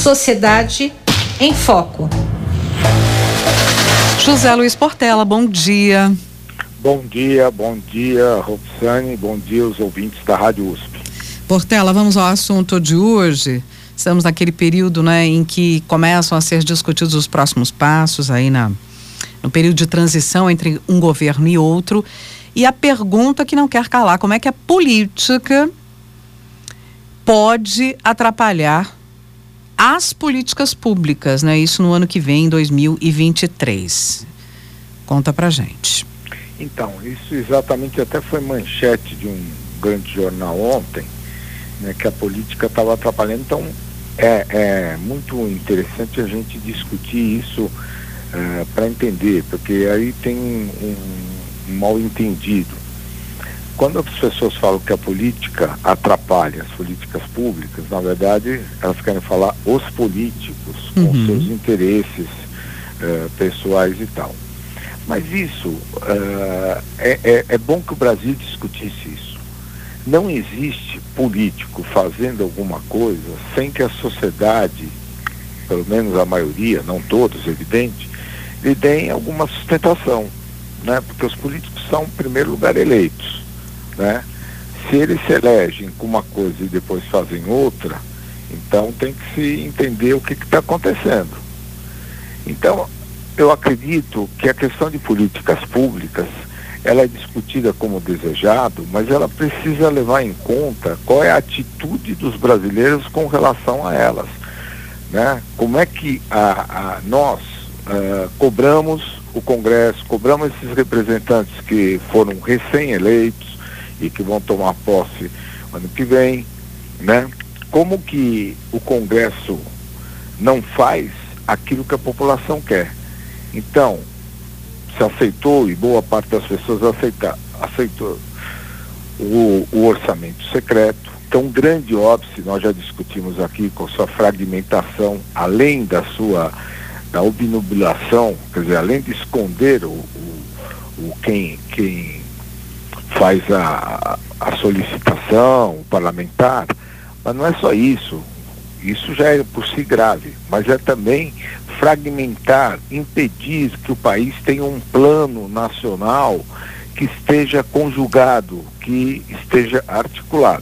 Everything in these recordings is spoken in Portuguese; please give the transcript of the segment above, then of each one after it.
Sociedade em Foco. José Luiz Portela, bom dia. Bom dia, Roxane, bom dia aos ouvintes da Rádio USP. Portela, vamos ao assunto de hoje. Estamos naquele período, né, em que começam a ser discutidos os próximos passos aí no período de transição entre um governo e outro. E a pergunta que não quer calar, como é que a política pode atrapalhar as políticas públicas, né? Isso no ano que vem, em 2023. Conta pra gente. Então, isso exatamente até foi manchete de um grande jornal ontem, né, que a política estava atrapalhando. Então, é muito interessante a gente discutir isso para entender, porque aí tem um mal entendido. Quando as pessoas falam que a política atrapalha as políticas públicas, na verdade, elas querem falar os políticos com seus interesses pessoais e tal. Mas isso, é bom que o Brasil discutisse isso. Não existe político fazendo alguma coisa sem que a sociedade, pelo menos a maioria, não todos, evidente, lhe deem alguma sustentação, né? Porque os políticos são, em primeiro lugar, eleitos, né? Se eles se elegem com uma coisa e depois fazem outra, então tem que se entender o que está acontecendo. Então, eu acredito que a questão de políticas públicas, ela é discutida como desejado, mas ela precisa levar em conta qual é a atitude dos brasileiros com relação a elas, né? Como é que nós cobramos o Congresso, cobramos esses representantes que foram recém-eleitos e que vão tomar posse ano que vem, né? Como que o Congresso não faz aquilo que a população quer? Então, se aceitou, e boa parte das pessoas aceitou o orçamento secreto, que é um grande óbice, nós já discutimos aqui, com sua fragmentação, além da obnubilação, quer dizer, além de esconder quem faz a solicitação, o parlamentar, mas não é só isso. Isso já é por si grave, mas é também fragmentar, impedir que o país tenha um plano nacional que esteja conjugado, que esteja articulado.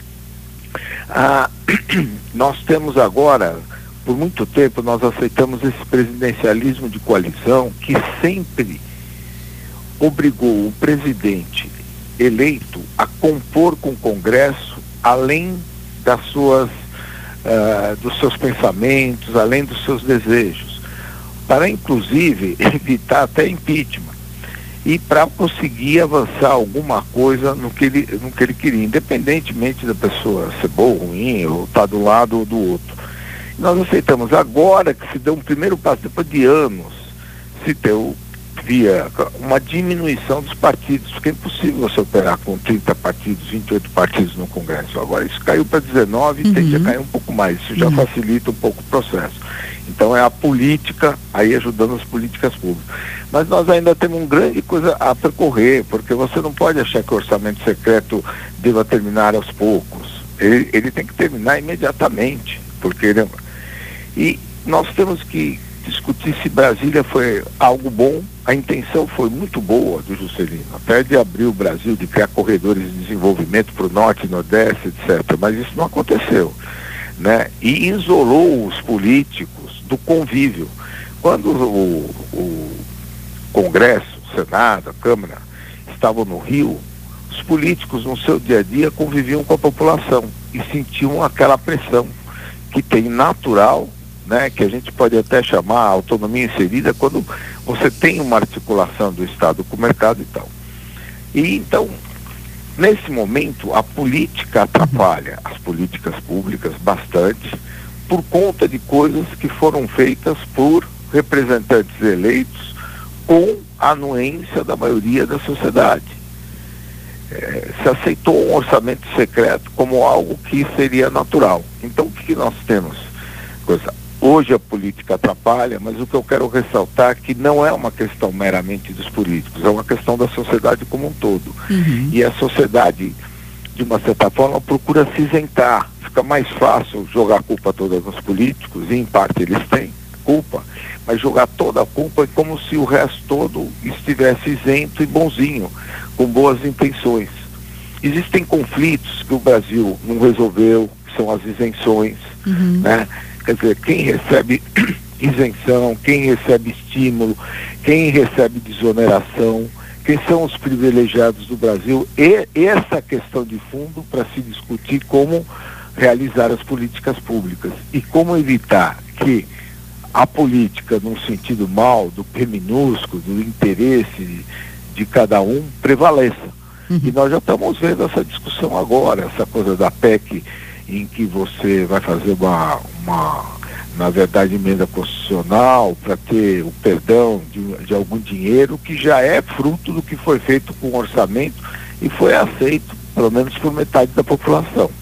Nós temos agora, por muito tempo, nós aceitamos esse presidencialismo de coalizão que sempre obrigou o presidente eleito a compor com o Congresso além dos seus pensamentos, além dos seus desejos, para inclusive evitar até impeachment e para conseguir avançar alguma coisa no que ele queria, independentemente da pessoa ser boa ou ruim, ou estar do lado ou do outro. Nós aceitamos agora que se deu um primeiro passo, depois de anos, se deu via uma diminuição dos partidos, porque é impossível você operar com 30 partidos, 28 partidos no Congresso. Agora isso caiu para 19 e tende a cair um pouco mais, isso já facilita um pouco o processo. Então é a política aí ajudando as políticas públicas. Mas nós ainda temos uma grande coisa a percorrer, porque você não pode achar que o orçamento secreto deva terminar aos poucos. Ele tem que terminar imediatamente, porque e nós temos que discutir se Brasília foi algo bom. A intenção foi muito boa do Juscelino, até de abrir o Brasil, de criar corredores de desenvolvimento para o norte, nordeste, etc. Mas isso não aconteceu, né? E isolou os políticos do convívio. Quando o Congresso, o Senado, a Câmara estavam no Rio, os políticos no seu dia a dia conviviam com a população e sentiam aquela pressão que tem natural, né, que a gente pode até chamar autonomia inserida, quando você tem uma articulação do Estado com o mercado e tal. E então, nesse momento, a política atrapalha as políticas públicas bastante, por conta de coisas que foram feitas por representantes eleitos com a anuência da maioria da sociedade. Se aceitou um orçamento secreto como algo que seria natural. Então, o que nós temos? Hoje a política atrapalha, mas o que eu quero ressaltar é que não é uma questão meramente dos políticos, é uma questão da sociedade como um todo. E a sociedade, de uma certa forma, procura se isentar. Fica mais fácil jogar a culpa toda nos políticos, e em parte eles têm culpa, mas jogar toda a culpa é como se o resto todo estivesse isento e bonzinho, com boas intenções. Existem conflitos que o Brasil não resolveu, que são as isenções, né? Quer dizer, quem recebe isenção, quem recebe estímulo, quem recebe desoneração, quem são os privilegiados do Brasil, e essa questão de fundo para se discutir como realizar as políticas públicas e como evitar que a política, num sentido mal, do P minúsculo, do interesse de cada um, prevaleça. E nós já estamos vendo essa discussão agora, essa coisa da PEC, em que você vai fazer na verdade, emenda constitucional para ter o perdão de algum dinheiro, que já é fruto do que foi feito com o orçamento e foi aceito, pelo menos por metade da população.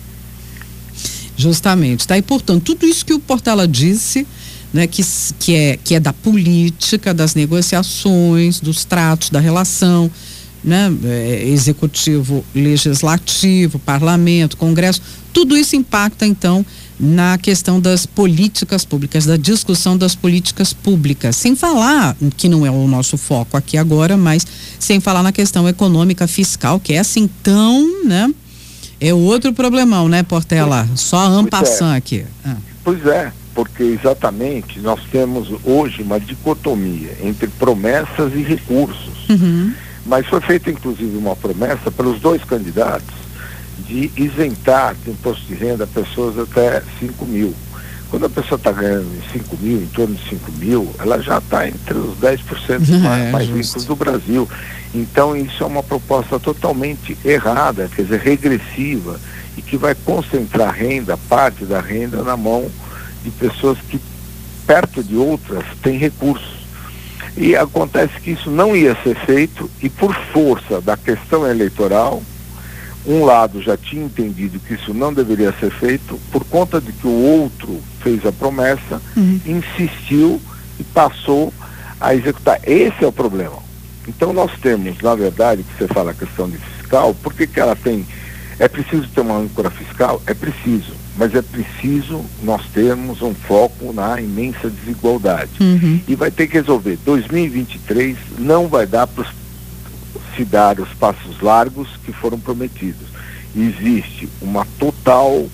Justamente, tá? E, portanto, tudo isso que o Portela disse, né, que é da política, das negociações, dos tratos, da relação, né, executivo, legislativo, parlamento, congresso, tudo isso impacta, então, na questão das políticas públicas, da discussão das políticas públicas, sem falar, que não é o nosso foco aqui agora, mas sem falar na questão econômica, fiscal, que é assim tão, né, é outro problemão, né, Portela? Só en passant aqui. Pois é, porque exatamente nós temos hoje uma dicotomia entre promessas e recursos. Mas foi feita inclusive uma promessa pelos dois candidatos de isentar de imposto de renda pessoas até 5 mil. Quando a pessoa está ganhando 5 mil, em torno de 5 mil, ela já está entre os 10% mais ricos do Brasil. Então isso é uma proposta totalmente errada, quer dizer, regressiva, e que vai concentrar renda, parte da renda, na mão de pessoas que, perto de outras, têm recursos. E acontece que isso não ia ser feito, e por força da questão eleitoral, um lado já tinha entendido que isso não deveria ser feito, por conta de que o outro fez a promessa, insistiu e passou a executar. Esse é o problema. Então nós temos, na verdade, que você fala a questão de fiscal, por que ela tem... É preciso ter uma âncora fiscal? É preciso, mas é preciso nós termos um foco na imensa desigualdade. E vai ter que resolver. 2023 não vai dar para se dar os passos largos que foram prometidos. Existe uma total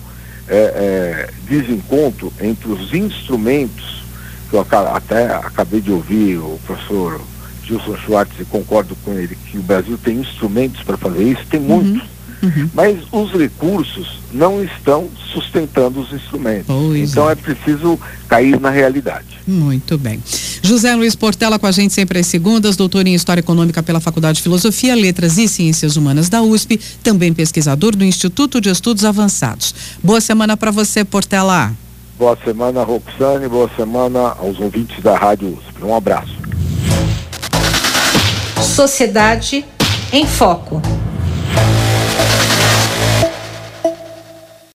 desencontro entre os instrumentos, que eu até acabei de ouvir o professor Gilson Schwartz, e concordo com ele, que o Brasil tem instrumentos para fazer isso, tem muitos. Mas os recursos não estão sustentando os instrumentos. Então é preciso cair na realidade. Muito bem. José Luiz Portela com a gente sempre às segundas, doutor em História Econômica pela Faculdade de Filosofia, Letras e Ciências Humanas da USP, também pesquisador do Instituto de Estudos Avançados. Boa semana para você, Portela. Boa semana, Roxane, boa semana aos ouvintes da Rádio USP. Um abraço. Sociedade em Foco.